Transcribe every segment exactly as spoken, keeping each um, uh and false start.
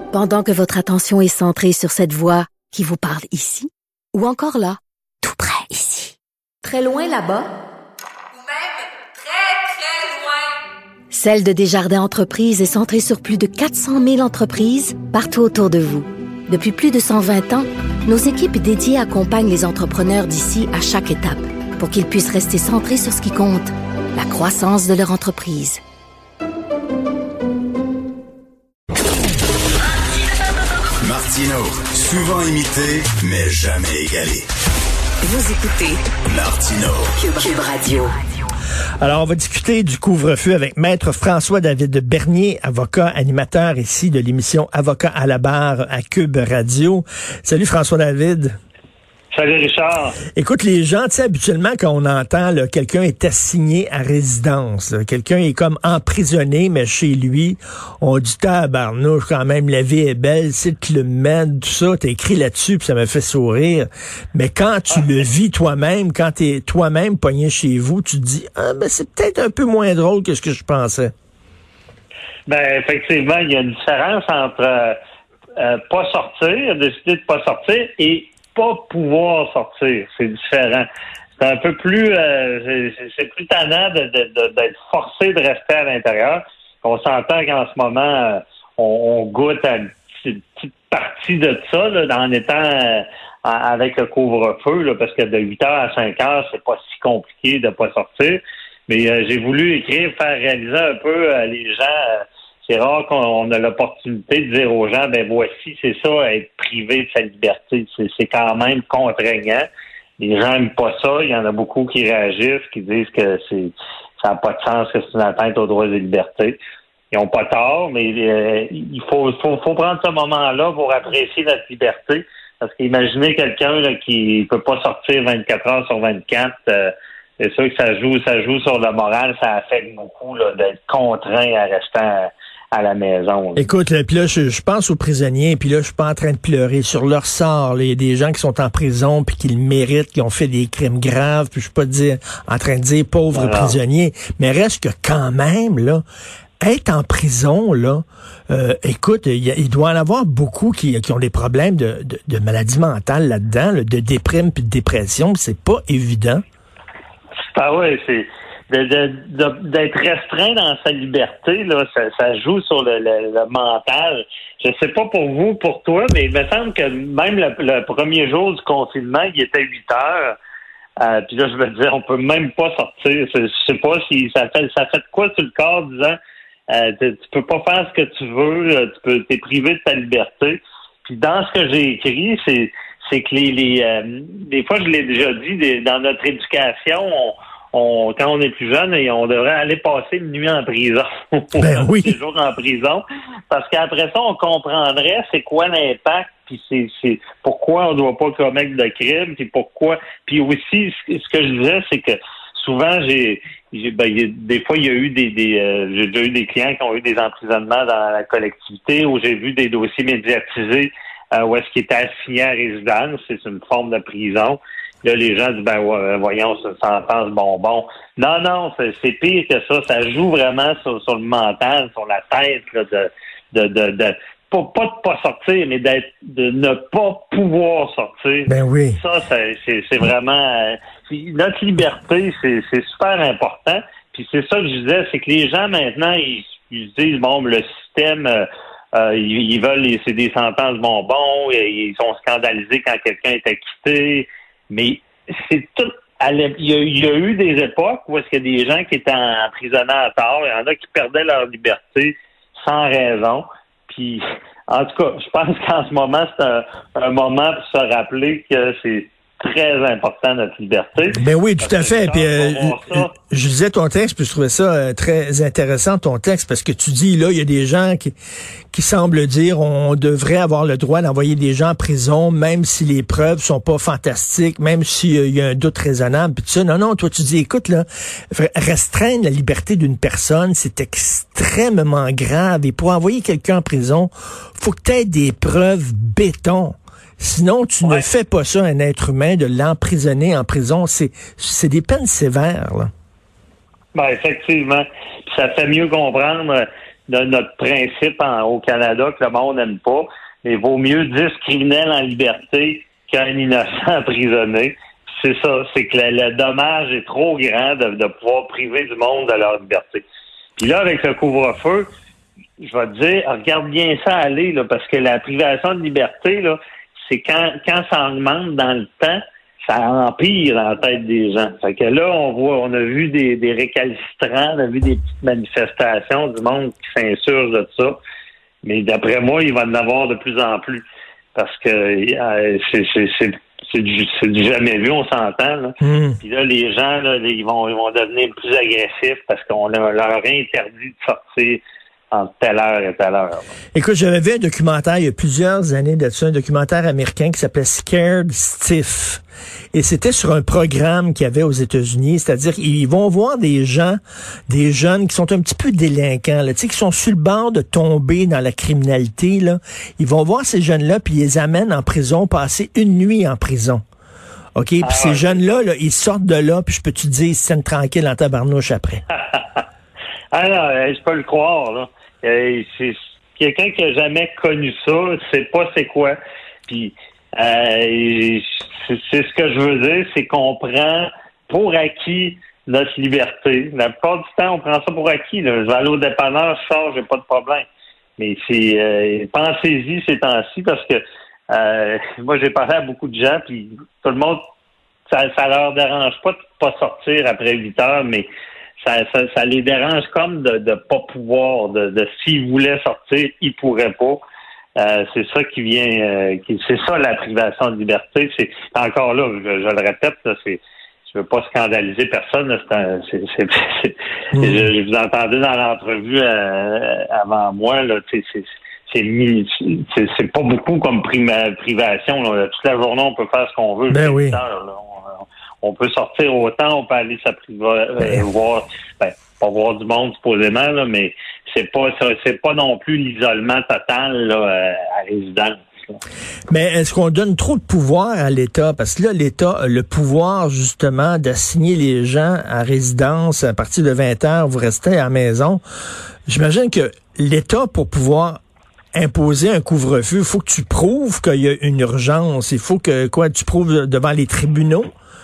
Pendant que votre attention est centrée sur cette voix qui vous parle ici, ou encore là, tout près ici, très loin là-bas, ou même très, très loin, Celle de Desjardins Entreprises est centrée sur plus de quatre cent mille entreprises partout autour de vous. Depuis plus de cent vingt ans, nos équipes dédiées accompagnent les entrepreneurs d'ici à chaque étape pour qu'ils puissent rester centrés sur ce qui compte, la croissance de leur entreprise. Martino, souvent imité, mais jamais égalé. Vous écoutez Martino, Cube, Cube Radio. Alors, on va discuter du couvre-feu avec Maître François-David Bernier, avocat, animateur ici de l'émission Avocat à la barre à Cube Radio. Salut François-David. Salut Richard. Écoute, les gens, tu sais, habituellement, quand on entend là, quelqu'un est assigné à résidence, là, quelqu'un est comme emprisonné, mais chez lui, on dit tabarnouche, quand même, la vie est belle, c'est le Club Med, tout ça, t'as écrit là-dessus, puis ça me fait sourire. Mais quand tu ah, le vis toi-même, quand t'es toi-même pogné chez vous, tu te dis, ah, ben, c'est peut-être un peu moins drôle que ce que je pensais. Ben, effectivement, il y a une différence entre euh, euh, pas sortir, décider de pas sortir, et pas pouvoir sortir, c'est différent. C'est un peu plus, euh, c'est, c'est plus tannant de, de, de, d'être forcé de rester à l'intérieur. On s'entend qu'en ce moment, euh, on, on goûte à une petite, petite partie de ça, là, en étant euh, avec le couvre-feu, là, parce que de huit heures à cinq heures, c'est pas si compliqué de pas sortir. Mais euh, j'ai voulu écrire, faire réaliser un peu à les gens. Euh, C'est rare qu'on a l'opportunité de dire aux gens, ben voici, c'est ça, être privé de sa liberté. C'est, c'est quand même contraignant. Les gens n'aiment pas ça. Il y en a beaucoup qui réagissent, qui disent que c'est ça n'a pas de sens, que c'est une atteinte aux droits et libertés. Ils n'ont pas tort, mais euh, il faut, faut, faut prendre ce moment-là pour apprécier notre liberté. Parce qu'imaginez quelqu'un là, qui peut pas sortir vingt-quatre heures sur vingt-quatre, euh, c'est sûr que ça joue, ça joue sur le moral, ça affecte beaucoup là, d'être contraint à rester à, à la maison. Là. Écoute, puis là, je, je pense aux prisonniers, puis là, je suis pas en train de pleurer sur leur sort. Il y a des gens qui sont en prison, puis qui le méritent, qui ont fait des crimes graves, puis je suis pas dire, en train de dire pauvres Alors. prisonniers, mais reste que quand même, là, être en prison, là, euh, écoute, il, y a, il doit en avoir beaucoup qui, qui ont des problèmes de, de, de maladie mentale là-dedans, là, de déprime puis de dépression, c'est pas évident. Ah ouais, c'est... De, de, de, d'être restreint dans sa liberté, là, ça, ça joue sur le, le, le mental. Je sais pas pour vous, pour toi, mais il me semble que même le, le premier jour du confinement, il était huit heures. Euh, puis là, je me disais, on peut même pas sortir. Je sais pas si ça fait ça fait quoi sur le corps, disant euh, tu, tu peux pas faire ce que tu veux, tu peux t'es privé de ta liberté. Puis dans ce que j'ai écrit, c'est c'est que les, les euh, des fois, je l'ai déjà dit, des, dans notre éducation, on On, quand on est plus jeune, on devrait aller passer une nuit en prison. Ben oui. Des jours en prison. Parce qu'après ça, on comprendrait c'est quoi l'impact, puis c'est, c'est pourquoi on ne doit pas commettre de crime, puis pourquoi. Puis aussi, ce que je disais, c'est que souvent, j'ai, j'ai ben, y a, des fois, il y a eu des, des euh, j'ai déjà eu des clients qui ont eu des emprisonnements dans la collectivité, où j'ai vu des dossiers médiatisés euh, où est-ce qu'ils étaient assignés à résidence. C'est une forme de prison. Là, les gens disent, ben, ouais, voyons, c'est une sentence bonbon. Non, non, c'est, c'est pire que ça. Ça joue vraiment sur, sur le mental, sur la tête, là, de, de, de, de pas, pas de pas sortir, mais d'être, de ne pas pouvoir sortir. Ben oui. Ça, c'est, c'est, c'est vraiment, euh, notre liberté, c'est, c'est super important. Puis c'est ça que je disais, c'est que les gens, maintenant, ils, ils se disent, bon, le système, euh, euh, ils, ils veulent, c'est des sentences bonbons, ils sont scandalisés quand quelqu'un est acquitté. Mais c'est tout. Il y, a, il y a eu des époques où est-ce qu'il y a des gens qui étaient emprisonnés à tort. Il y en a qui perdaient leur liberté sans raison. Puis, en tout cas, je pense qu'en ce moment, c'est un, un moment pour se rappeler que c'est très important, notre liberté. Ben oui, tout à fait. Puis, euh, je disais ton texte, puis je trouvais ça euh, très intéressant, ton texte, parce que tu dis, là, il y a des gens qui, qui semblent dire on devrait avoir le droit d'envoyer des gens en prison, même si les preuves sont pas fantastiques, même s'il euh, y a un doute raisonnable, puis tout ça. Non, non, toi, tu dis, écoute, là, restreindre la liberté d'une personne, c'est extrêmement grave. Et pour envoyer quelqu'un en prison, faut que tu aies des preuves béton. Sinon, tu ouais. ne fais pas ça à un être humain, de l'emprisonner en prison. C'est, c'est des peines sévères, là. Ben, effectivement. Puis ça fait mieux comprendre. de notre principe en, au Canada que le monde n'aime pas. Mais il vaut mieux dix criminels en liberté qu'un innocent emprisonné. C'est ça, c'est que le, le dommage est trop grand de, de pouvoir priver du monde de leur liberté. Puis là, avec le couvre-feu, je vais te dire, regarde bien ça aller, là, parce que la privation de liberté, là, c'est quand, quand ça augmente dans le temps, ça empire dans la tête des gens. Fait que là, on voit, on a vu des, des récalcitrants, on a vu des petites manifestations du monde qui s'insurge de ça. Mais d'après moi, il va en avoir de plus en plus. Parce que euh, c'est, c'est, c'est, c'est, du, c'est du jamais vu, on s'entend. Là. Mm. Puis là, les gens, là, ils vont, ils vont devenir plus agressifs parce qu'on leur a interdit de sortir entre telle heure et telle heure. Écoute, j'avais vu un documentaire il y a plusieurs années de ça, un documentaire américain qui s'appelait Scared Stiff. Et c'était sur un programme qu'il y avait aux États-Unis, c'est-à-dire ils vont voir des gens, des jeunes qui sont un petit peu délinquants, là, tu sais, qui sont sur le bord de tomber dans la criminalité, là. Ils vont voir ces jeunes-là, puis ils les amènent en prison, passer une nuit en prison. OK? Puis ah, ces ouais. jeunes-là, là, ils sortent de là, puis je peux te dire, ils se sentent tranquilles en tabarnouche après. Ah non, je peux le croire, là. Euh, c'est quelqu'un qui a jamais connu ça, sait pas c'est quoi. Puis euh, c'est, c'est ce que je veux dire, c'est qu'on prend pour acquis notre liberté. La plupart du temps, on prend ça pour acquis. Là. Je vais aller au dépanneur, je sors, j'ai pas de problème. Mais c'est euh, pensez-y ces temps-ci parce que euh, moi j'ai parlé à beaucoup de gens, puis tout le monde, ça, ça leur dérange pas de pas sortir après huit heures, mais Ça, ça, ça les dérange comme de ne pas pouvoir, de, de s'ils voulaient sortir, ils pourraient pas. Euh, c'est ça qui vient, euh, qui, c'est ça la privation de liberté. C'est encore là, je, je le répète, là, c'est, je veux pas scandaliser personne. Là, c'est, un, c'est, c'est, c'est mmh. je, je vous entendais dans l'entrevue euh, avant moi, là, c'est, c'est, c'est, c'est, c'est pas beaucoup comme prima, privation. Là. Toute la journée, on peut faire ce qu'on veut. Ben oui. Heures, là. On peut sortir autant, on peut aller s'apprivoiser, euh, voir, ben, pas voir du monde supposément, là, mais c'est pas ça, c'est pas non plus l'isolement total là, à résidence. Là. Mais est-ce qu'on donne trop de pouvoir à l'État? Parce que là, l'État a le pouvoir justement d'assigner les gens à résidence à partir de vingt heures, vous restez à la maison. J'imagine que l'État, pour pouvoir imposer un couvre-feu, il faut que tu prouves qu'il y a une urgence. Il faut que quoi, tu prouves devant les tribunaux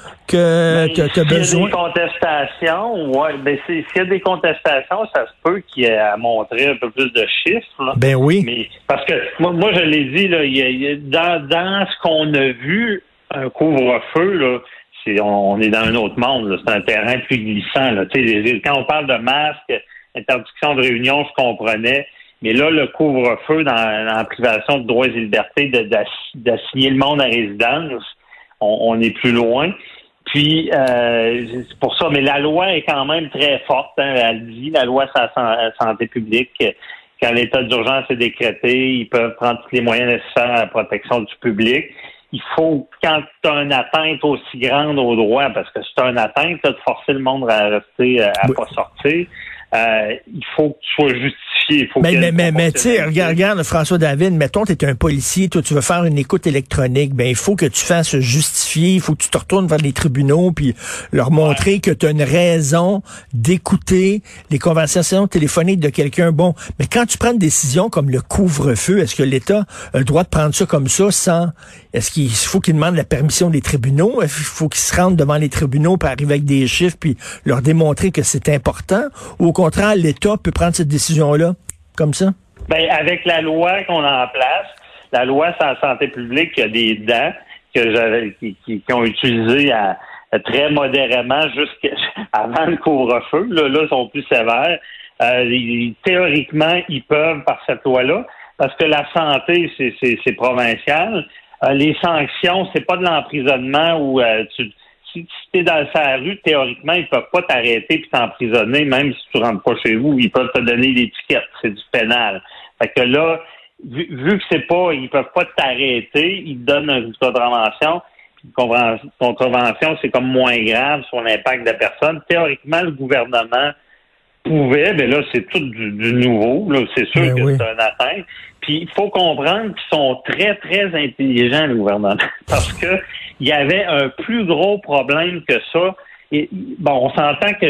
que tu as besoin. S'il y a des contestations, ouais, ben c'est, s'il y a des contestations, ça se peut qu'il y ait à montrer un peu plus de chiffres. Là. Ben oui. Mais parce que moi, moi je l'ai dit, là, il y a, il y a, dans, dans ce qu'on a vu, un couvre-feu, là, c'est, on, on est dans un autre monde. Là, c'est un terrain plus glissant. Là. Tu sais, quand on parle de masque, interdiction de réunion, je comprenais. Mais là, le couvre-feu dans, dans la privation de droits et libertés, de, d'assigner le monde à résidence, on, on est plus loin. Puis, euh, c'est pour ça, mais la loi est quand même très forte, hein, elle dit, la loi sur la santé publique, quand l'état d'urgence est décrété, ils peuvent prendre tous les moyens nécessaires à la protection du public. Il faut, quand tu as une atteinte aussi grande aux droits, parce que c'est une atteinte là, de forcer le monde à rester, à oui. pas sortir, euh, il faut que tu sois justifié. Il faut mais mais, mais, mais tu sais, regarde, regarde, François David, mettons, tu es un policier, toi, tu veux faire une écoute électronique, ben il faut que tu fasses justifier, il faut que tu te retournes vers les tribunaux, puis leur montrer ouais. que tu as une raison d'écouter les conversations téléphoniques de quelqu'un. Bon, mais quand tu prends une décision comme le couvre-feu, est-ce que l'État a le droit de prendre ça comme ça sans... Est-ce qu'il faut qu'il demande la permission des tribunaux? Est-ce qu'il faut qu'ils se rendent devant les tribunaux pour arriver avec des chiffres puis leur démontrer que c'est important? Ou au contraire, l'État peut prendre cette décision-là comme ça? Ben, avec la loi qu'on a en place, la loi sur la santé publique, il y a des dents que j'avais, qui, qui, qui ont utilisé à, à très modérément jusqu'avant le couvre-feu. Là, là, ils sont plus sévères. Euh, ils, théoriquement, ils peuvent par cette loi-là, parce que la santé, c'est, c'est, c'est provincial. Euh, les sanctions, c'est pas de l'emprisonnement où euh, tu, si tu es dans la rue, théoriquement, ils peuvent pas t'arrêter puis t'emprisonner, même si tu rentres pas chez vous. Ils peuvent te donner l'étiquette, c'est du pénal. Fait que là, vu, vu que c'est pas, ils peuvent pas t'arrêter, ils te donnent une contravention. Puis une contravention, c'est comme moins grave sur l'impact de la personne. Théoriquement, le gouvernement pouvait, mais là, c'est tout du, du nouveau. Là, c'est sûr mais que oui. c'est un atteinte. Puis il faut comprendre qu'ils sont très, très intelligents, le gouvernement. Parce que il y avait un plus gros problème que ça. Et bon, on s'entend que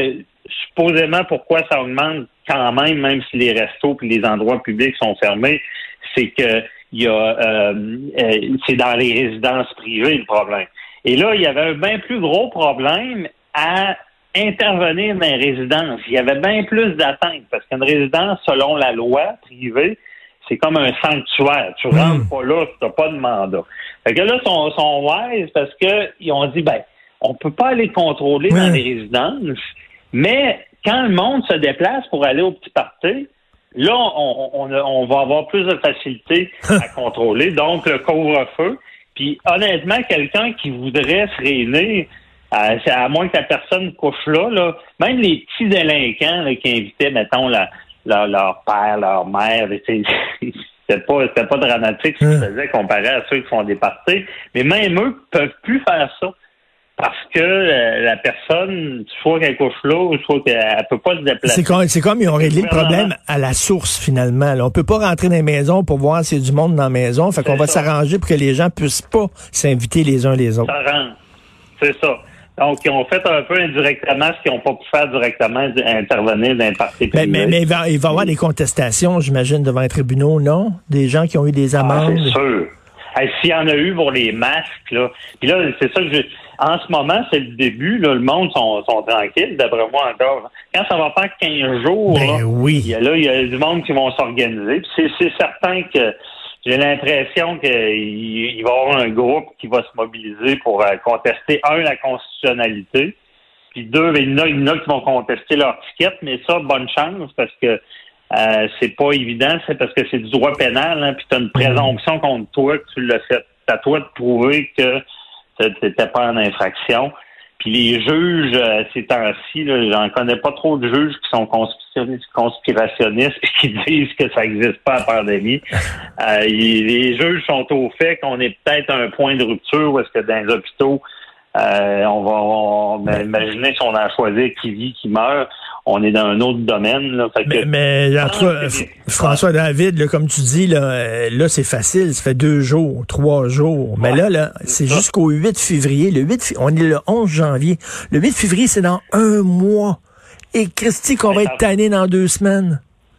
supposément, pourquoi ça augmente quand même, même si les restos et les endroits publics sont fermés, c'est que il y a, euh, euh, c'est dans les résidences privées le problème. Et là, il y avait un bien plus gros problème à intervenir dans les résidences. Il y avait bien plus d'attentes parce qu'une résidence, selon la loi privée, c'est comme un sanctuaire. Tu rentres mmh. pas là, tu n'as pas de mandat. Fait que là, ils sont, sont wise parce qu'ils ont dit, ben, on peut pas aller contrôler mmh. dans les résidences, mais quand le monde se déplace pour aller au petit party, là, on, on, on va avoir plus de facilité à contrôler. Donc, le couvre-feu. Puis, honnêtement, quelqu'un qui voudrait se réunir, euh, à moins que la personne couche là, là même les petits délinquants là, qui invitaient, mettons, la, la, leur père, leur mère, c'était pas, c'était pas dramatique ce qu'ils faisaient comparé à ceux qui font des parties. Mais même eux peuvent plus faire ça. Parce que euh, la personne, soit qu'elle couche là, ou soit qu'elle peut pas se déplacer. C'est comme, c'est comme ils ont réglé le problème à la source, finalement. Là. On peut pas rentrer dans les maisons pour voir s'il y a du monde dans la maison. Fait qu'on va s'arranger pour que les gens puissent pas s'inviter les uns les autres. Ça rentre. C'est ça. Donc, ils ont fait un peu indirectement ce qu'ils n'ont pas pu faire directement, intervenir dans un parti privé. Mais, mais, mais il va, il va y avoir des contestations, j'imagine, devant les tribunaux, non? Des gens qui ont eu des amendes? Ah, c'est sûr. Hey, s'il y en a eu pour les masques, là. Puis là, c'est ça que je... En ce moment, c'est le début, là. Le monde sont, sont tranquilles, d'après moi encore. Quand ça va faire quinze jours, ben là, oui. il y a, là, il y a du monde qui vont s'organiser. Puis c'est, c'est certain que j'ai l'impression qu'il il va y avoir un groupe qui va se mobiliser pour euh, contester, un, la constitutionnalité, puis deux, il y en a, il y en a qui vont contester leur ticket, mais ça, bonne chance, parce que euh, c'est pas évident, c'est parce que c'est du droit pénal, hein, puis tu as une présomption contre toi que tu l'as fait. C'est à toi de prouver que tu n'étais pas en infraction. Puis les juges, euh, ces temps-ci, là, j'en connais pas trop de juges qui sont conspirationnistes, conspirationnistes et qui disent que ça n'existe pas la pandémie. Euh, les juges sont au fait qu'on est peut-être à un point de rupture où est-ce que dans les hôpitaux, euh, on va on, imaginer si on a choisi qui vit, qui meurt. On est dans un autre domaine. Là, fait mais, que, mais en tout cas, des... François David, là, comme tu dis, là, là c'est facile, ça fait deux jours, trois jours. Mais ouais, là, là, c'est, c'est jusqu'au huit février. Le huit, on est le onze janvier. Le huit février, c'est dans un mois. Et Christy, qu'on va être tanné dans deux semaines.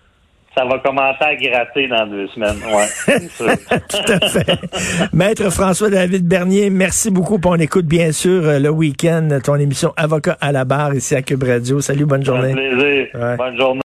Ça va commencer à gratter dans deux semaines, ouais. C'est sûr. Tout à fait. Maître François-David Bernier, merci beaucoup. On écoute bien sûr le week-end ton émission Avocat à la barre ici à Cube Radio. Salut, bonne journée. Un plaisir. Ouais. Bonne journée.